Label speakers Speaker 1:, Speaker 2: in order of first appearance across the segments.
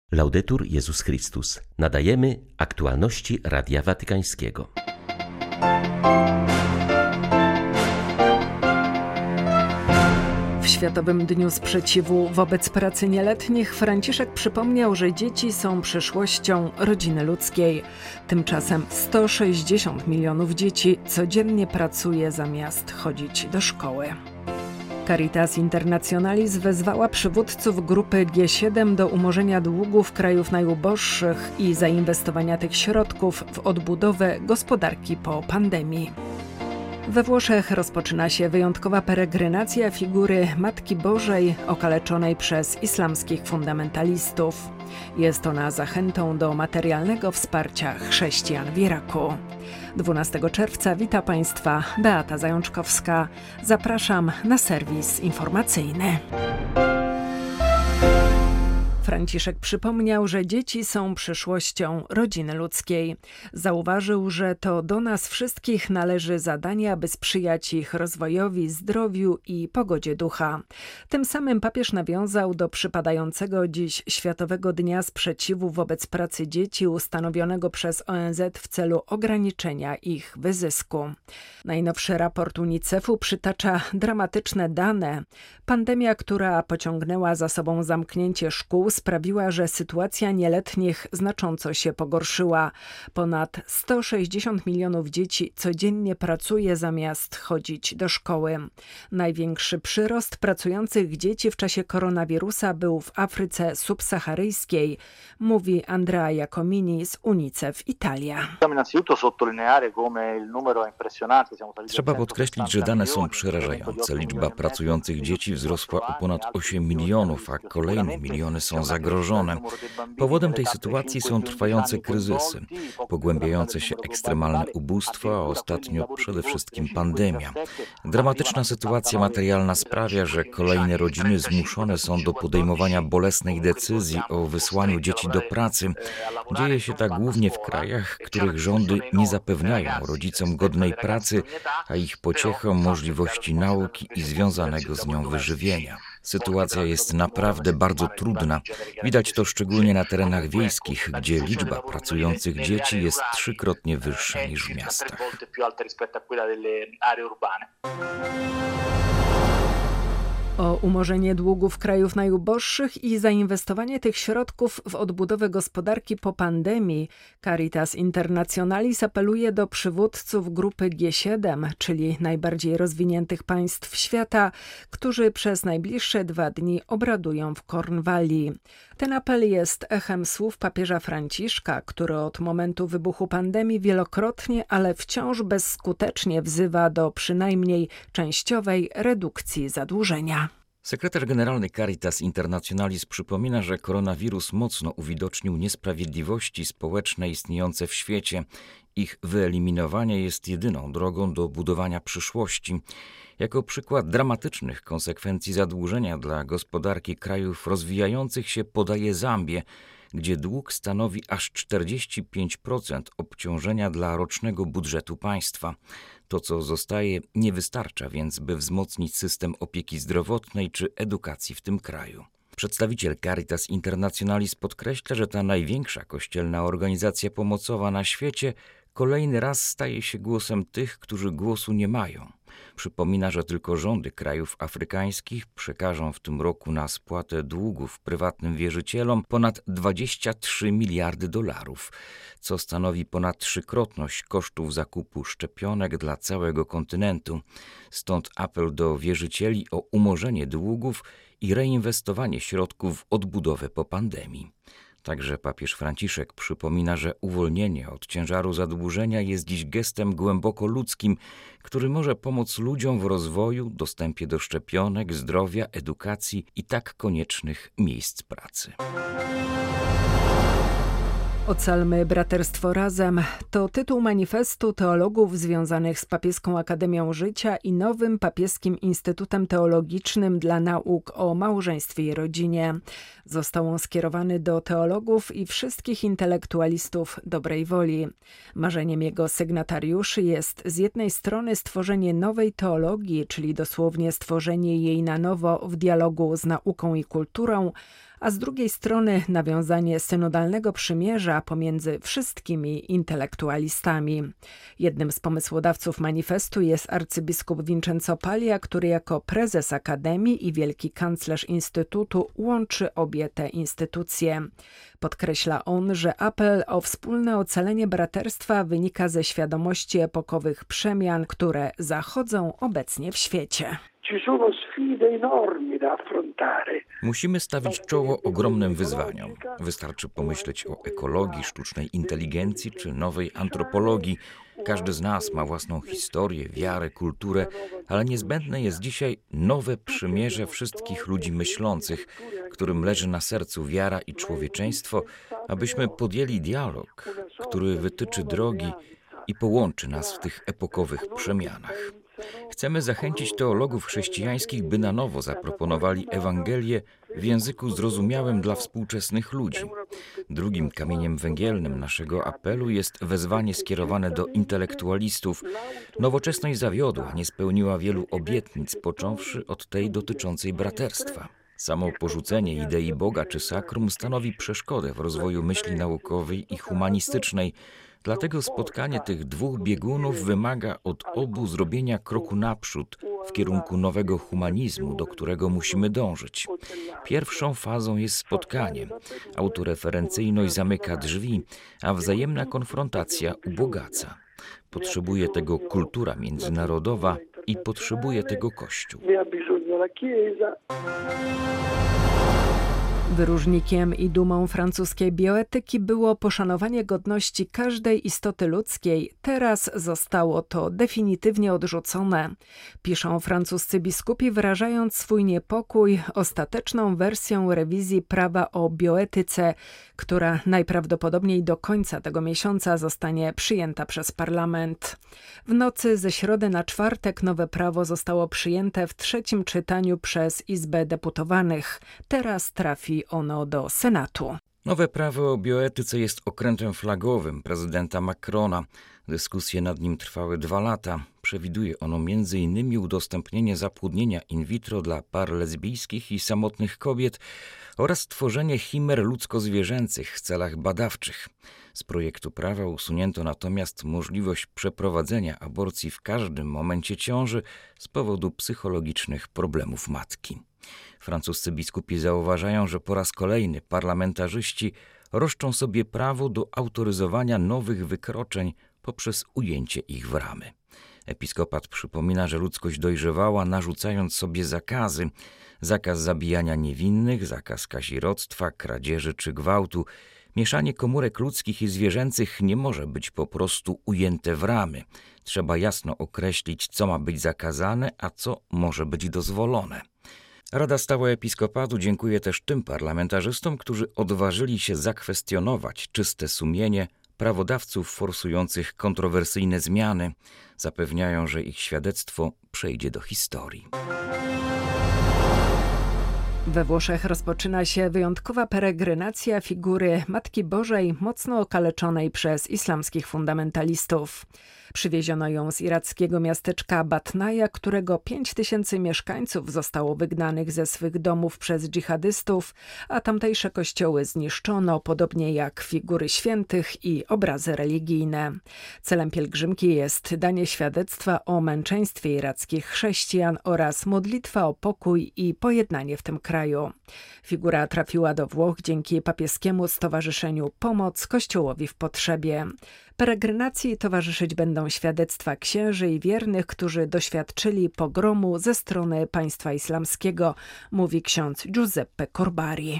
Speaker 1: Laudetur Jezus Chrystus. Nadajemy aktualności Radia Watykańskiego.
Speaker 2: W Światowym Dniu Sprzeciwu wobec pracy nieletnich Franciszek przypomniał, że dzieci są przyszłością rodziny ludzkiej. Tymczasem 160 milionów dzieci codziennie pracuje zamiast chodzić do szkoły. Caritas Internationalis wezwała przywódców grupy G7 do umorzenia długów krajów najuboższych i zainwestowania tych środków w odbudowę gospodarki po pandemii. We Włoszech rozpoczyna się wyjątkowa peregrinacja figury Matki Bożej okaleczonej przez islamskich fundamentalistów. Jest ona zachętą do materialnego wsparcia chrześcijan w Iraku. 12 czerwca wita Państwa Beata Zajączkowska. Zapraszam na serwis informacyjny. Franciszek przypomniał, że dzieci są przyszłością rodziny ludzkiej. Zauważył, że to do nas wszystkich należy zadanie, aby sprzyjać ich rozwojowi, zdrowiu i pogodzie ducha. Tym samym papież nawiązał do przypadającego dziś Światowego Dnia Sprzeciwu wobec pracy dzieci ustanowionego przez ONZ w celu ograniczenia ich wyzysku. Najnowszy raport UNICEF-u przytacza dramatyczne dane. Pandemia, która pociągnęła za sobą zamknięcie szkół, sprawiła, że sytuacja nieletnich znacząco się pogorszyła. Ponad 160 milionów dzieci codziennie pracuje zamiast chodzić do szkoły. Największy przyrost pracujących dzieci w czasie koronawirusa był w Afryce subsaharyjskiej, mówi Andrea Iacomini z UNICEF Italia.
Speaker 3: Trzeba podkreślić, że dane są przerażające. Liczba pracujących dzieci wzrosła o ponad 8 milionów, a kolejne miliony są zagrożone. Powodem tej sytuacji są trwające kryzysy, pogłębiające się ekstremalne ubóstwo, a ostatnio przede wszystkim pandemia. Dramatyczna sytuacja materialna sprawia, że kolejne rodziny zmuszone są do podejmowania bolesnej decyzji o wysłaniu dzieci do pracy. Dzieje się tak głównie w krajach, których rządy nie zapewniają rodzicom godnej pracy, a ich pociechą możliwości nauki i związanego z nią wyżywienia. Sytuacja jest naprawdę bardzo trudna. Widać to szczególnie na terenach wiejskich, gdzie liczba pracujących dzieci jest 3-krotnie wyższa niż w miastach.
Speaker 2: O umorzenie długów krajów najuboższych i zainwestowanie tych środków w odbudowę gospodarki po pandemii Caritas Internationalis apeluje do przywódców grupy G7, czyli najbardziej rozwiniętych państw świata, którzy przez najbliższe 2 dni obradują w Kornwalii. Ten apel jest echem słów papieża Franciszka, który od momentu wybuchu pandemii wielokrotnie, ale wciąż bezskutecznie wzywa do przynajmniej częściowej redukcji zadłużenia.
Speaker 3: Sekretarz generalny Caritas Internationalis przypomina, że koronawirus mocno uwidocznił niesprawiedliwości społeczne istniejące w świecie. Ich wyeliminowanie jest jedyną drogą do budowania przyszłości. Jako przykład dramatycznych konsekwencji zadłużenia dla gospodarki krajów rozwijających się podaje Zambię, gdzie dług stanowi aż 45% obciążenia dla rocznego budżetu państwa. To, co zostaje, nie wystarcza więc, by wzmocnić system opieki zdrowotnej czy edukacji w tym kraju. Przedstawiciel Caritas Internationalis podkreśla, że ta największa kościelna organizacja pomocowa na świecie kolejny raz staje się głosem tych, którzy głosu nie mają. Przypomina, że tylko rządy krajów afrykańskich przekażą w tym roku na spłatę długów prywatnym wierzycielom ponad 23 miliardy dolarów, co stanowi ponad 3-krotność kosztów zakupu szczepionek dla całego kontynentu. Stąd apel do wierzycieli o umorzenie długów i reinwestowanie środków w odbudowę po pandemii. Także papież Franciszek przypomina, że uwolnienie od ciężaru zadłużenia jest dziś gestem głęboko ludzkim, który może pomóc ludziom w rozwoju, dostępie do szczepionek, zdrowia, edukacji i tak koniecznych miejsc pracy.
Speaker 2: Ocalmy braterstwo razem to tytuł manifestu teologów związanych z Papieską Akademią Życia i nowym Papieskim Instytutem Teologicznym dla Nauk o Małżeństwie i Rodzinie. Został on skierowany do teologów i wszystkich intelektualistów dobrej woli. Marzeniem jego sygnatariuszy jest z jednej strony stworzenie nowej teologii, czyli dosłownie stworzenie jej na nowo w dialogu z nauką i kulturą, a z drugiej strony nawiązanie synodalnego przymierza pomiędzy wszystkimi intelektualistami. Jednym z pomysłodawców manifestu jest arcybiskup Vincenzo Paglia, który jako prezes Akademii i wielki kanclerz Instytutu łączy obie te instytucje. Podkreśla on, że apel o wspólne ocalenie braterstwa wynika ze świadomości epokowych przemian, które zachodzą obecnie w świecie.
Speaker 3: Musimy stawić czoło ogromnym wyzwaniom. Wystarczy pomyśleć o ekologii, sztucznej inteligencji czy nowej antropologii. Każdy z nas ma własną historię, wiarę, kulturę, ale niezbędne jest dzisiaj nowe przymierze wszystkich ludzi myślących, którym leży na sercu wiara i człowieczeństwo, abyśmy podjęli dialog, który wytyczy drogi i połączy nas w tych epokowych przemianach. Chcemy zachęcić teologów chrześcijańskich, by na nowo zaproponowali Ewangelię w języku zrozumiałym dla współczesnych ludzi. Drugim kamieniem węgielnym naszego apelu jest wezwanie skierowane do intelektualistów. Nowoczesność zawiodła, nie spełniła wielu obietnic, począwszy od tej dotyczącej braterstwa. Samo porzucenie idei Boga czy sakrum stanowi przeszkodę w rozwoju myśli naukowej i humanistycznej. Dlatego spotkanie tych dwóch biegunów wymaga od obu zrobienia kroku naprzód w kierunku nowego humanizmu, do którego musimy dążyć. Pierwszą fazą jest spotkanie. Autoreferencyjność zamyka drzwi, a wzajemna konfrontacja ubogaca. Potrzebuje tego kultura międzynarodowa i potrzebuje tego Kościół.
Speaker 2: Wyróżnikiem i dumą francuskiej bioetyki było poszanowanie godności każdej istoty ludzkiej. Teraz zostało to definitywnie odrzucone. Piszą francuscy biskupi, wyrażając swój niepokój ostateczną wersją rewizji prawa o bioetyce, która najprawdopodobniej do końca tego miesiąca zostanie przyjęta przez parlament. W nocy ze środy na czwartek nowe prawo zostało przyjęte w trzecim czytaniu przez Izbę Deputowanych. Teraz trafi ono do Senatu.
Speaker 3: Nowe prawo o bioetyce jest okrętem flagowym prezydenta Macrona. Dyskusje nad nim trwały 2 lata. Przewiduje ono m.in. udostępnienie zapłodnienia in vitro dla par lesbijskich i samotnych kobiet oraz stworzenie chimer ludzko-zwierzęcych w celach badawczych. Z projektu prawa usunięto natomiast możliwość przeprowadzenia aborcji w każdym momencie ciąży z powodu psychologicznych problemów matki. Francuscy biskupi zauważają, że po raz kolejny parlamentarzyści roszczą sobie prawo do autoryzowania nowych wykroczeń poprzez ujęcie ich w ramy. Episkopat przypomina, że ludzkość dojrzewała, narzucając sobie zakazy. Zakaz zabijania niewinnych, zakaz kazirodztwa, kradzieży czy gwałtu. Mieszanie komórek ludzkich i zwierzęcych nie może być po prostu ujęte w ramy. Trzeba jasno określić, co ma być zakazane, a co może być dozwolone. Rada Stała Episkopatu dziękuje też tym parlamentarzystom, którzy odważyli się zakwestionować czyste sumienie prawodawców forsujących kontrowersyjne zmiany. Zapewniają, że ich świadectwo przejdzie do historii.
Speaker 2: We Włoszech rozpoczyna się wyjątkowa peregrinacja figury Matki Bożej mocno okaleczonej przez islamskich fundamentalistów. Przywieziono ją z irackiego miasteczka Batnaja, którego 5000 mieszkańców zostało wygnanych ze swych domów przez dżihadystów, a tamtejsze kościoły zniszczono, podobnie jak figury świętych i obrazy religijne. Celem pielgrzymki jest danie świadectwa o męczeństwie irackich chrześcijan oraz modlitwa o pokój i pojednanie w tym kraju. Figura trafiła do Włoch dzięki papieskiemu stowarzyszeniu Pomoc Kościołowi w Potrzebie. Peregrynacji towarzyszyć będą świadectwa księży i wiernych, którzy doświadczyli pogromu ze strony państwa islamskiego, mówi ksiądz Giuseppe Corbari.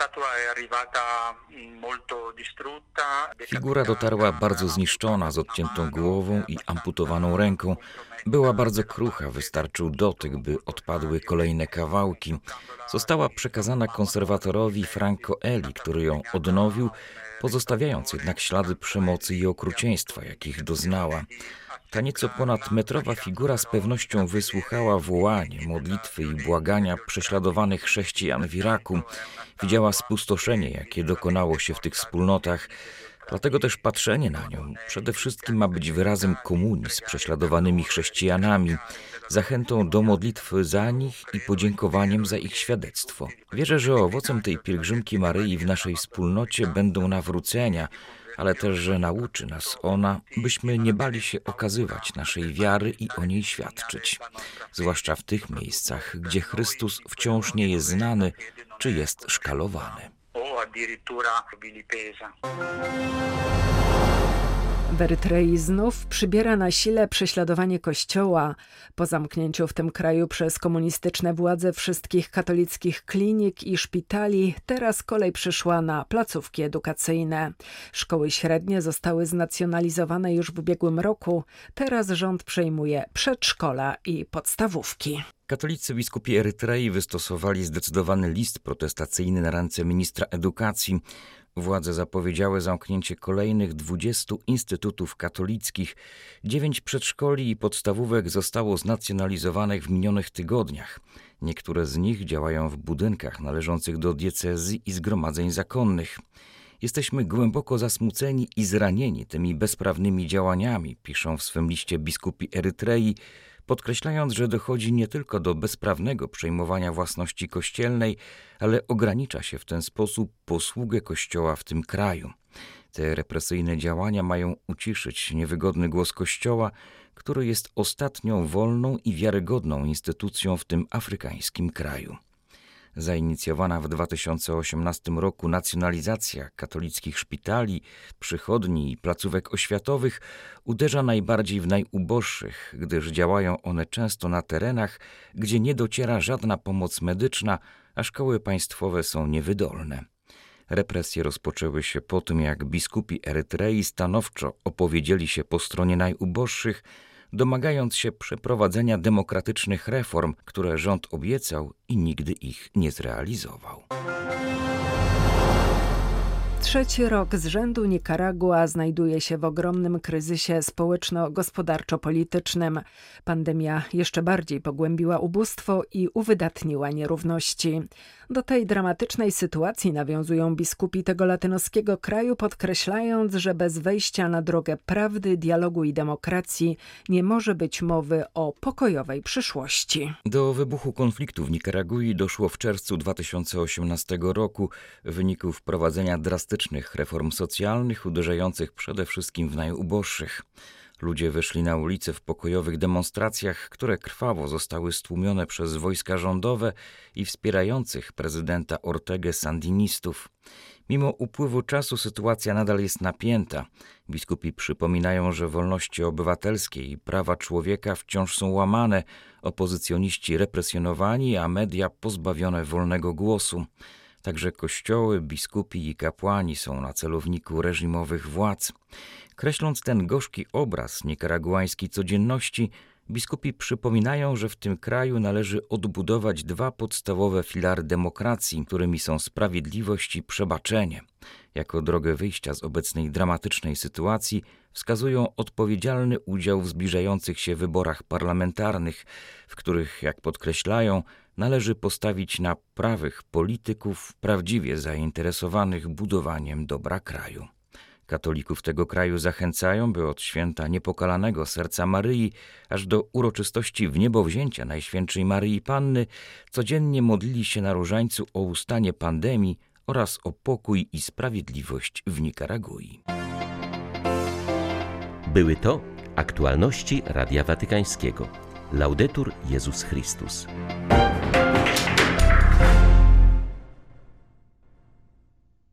Speaker 3: Figura dotarła bardzo zniszczona, z odciętą głową i amputowaną ręką. Była bardzo krucha, wystarczył dotyk, by odpadły kolejne kawałki. Została przekazana konserwatorowi Franco Eli, który ją odnowił, pozostawiając jednak ślady przemocy i okrucieństwa, jakich doznała. Ta nieco ponadmetrowa figura z pewnością wysłuchała wołanie, modlitwy i błagania prześladowanych chrześcijan w Iraku. Widziała spustoszenie, jakie dokonało się w tych wspólnotach. Dlatego też patrzenie na nią przede wszystkim ma być wyrazem komunii z prześladowanymi chrześcijanami, zachętą do modlitwy za nich i podziękowaniem za ich świadectwo. Wierzę, że owocem tej pielgrzymki Maryi w naszej wspólnocie będą nawrócenia, ale też, że nauczy nas ona, byśmy nie bali się okazywać naszej wiary i o niej świadczyć. Zwłaszcza w tych miejscach, gdzie Chrystus wciąż nie jest znany, czy jest szkalowany.
Speaker 2: W Erytrei znów przybiera na sile prześladowanie Kościoła. Po zamknięciu w tym kraju przez komunistyczne władze wszystkich katolickich klinik i szpitali, teraz kolej przyszła na placówki edukacyjne. Szkoły średnie zostały znacjonalizowane już w ubiegłym roku. Teraz rząd przejmuje przedszkola i podstawówki.
Speaker 3: Katolicy biskupi Erytrei wystosowali zdecydowany list protestacyjny na ręce ministra edukacji. Władze zapowiedziały zamknięcie kolejnych 20 instytutów katolickich. 9 przedszkoli i podstawówek zostało znacjonalizowanych w minionych tygodniach. Niektóre z nich działają w budynkach należących do diecezji i zgromadzeń zakonnych. Jesteśmy głęboko zasmuceni i zranieni tymi bezprawnymi działaniami, piszą w swym liście biskupi Erytrei, podkreślając, że dochodzi nie tylko do bezprawnego przejmowania własności kościelnej, ale ogranicza się w ten sposób posługę Kościoła w tym kraju. Te represyjne działania mają uciszyć niewygodny głos Kościoła, który jest ostatnią wolną i wiarygodną instytucją w tym afrykańskim kraju. Zainicjowana w 2018 roku nacjonalizacja katolickich szpitali, przychodni i placówek oświatowych uderza najbardziej w najuboższych, gdyż działają one często na terenach, gdzie nie dociera żadna pomoc medyczna, a szkoły państwowe są niewydolne. Represje rozpoczęły się po tym, jak biskupi Erytrei stanowczo opowiedzieli się po stronie najuboższych, domagając się przeprowadzenia demokratycznych reform, które rząd obiecał i nigdy ich nie zrealizował.
Speaker 2: Trzeci rok z rzędu Nikaragua znajduje się w ogromnym kryzysie społeczno-gospodarczo-politycznym. Pandemia jeszcze bardziej pogłębiła ubóstwo i uwydatniła nierówności. Do tej dramatycznej sytuacji nawiązują biskupi tego latynoskiego kraju, podkreślając, że bez wejścia na drogę prawdy, dialogu i demokracji nie może być mowy o pokojowej przyszłości.
Speaker 3: Do wybuchu konfliktu w Nikaragui doszło w czerwcu 2018 roku w wyniku wprowadzenia drastycznych reform socjalnych uderzających przede wszystkim w najuboższych. Ludzie wyszli na ulice w pokojowych demonstracjach, które krwawo zostały stłumione przez wojska rządowe i wspierających prezydenta Ortegę sandinistów. Mimo upływu czasu sytuacja nadal jest napięta. Biskupi przypominają, że wolności obywatelskie i prawa człowieka wciąż są łamane, opozycjoniści represjonowani, a media pozbawione wolnego głosu. Także kościoły, biskupi i kapłani są na celowniku reżimowych władz. Kreśląc ten gorzki obraz nikaraguańskiej codzienności, biskupi przypominają, że w tym kraju należy odbudować 2 podstawowe filary demokracji, którymi są sprawiedliwość i przebaczenie. Jako drogę wyjścia z obecnej dramatycznej sytuacji wskazują odpowiedzialny udział w zbliżających się wyborach parlamentarnych, w których, jak podkreślają, należy postawić na prawych polityków prawdziwie zainteresowanych budowaniem dobra kraju. Katolików tego kraju zachęcają, by od święta Niepokalanego Serca Maryi aż do uroczystości wniebowzięcia Najświętszej Maryi Panny codziennie modlili się na różańcu o ustanie pandemii oraz o pokój i sprawiedliwość w Nikaragui.
Speaker 1: Były to aktualności Radia Watykańskiego. Laudetur Jezus Chrystus.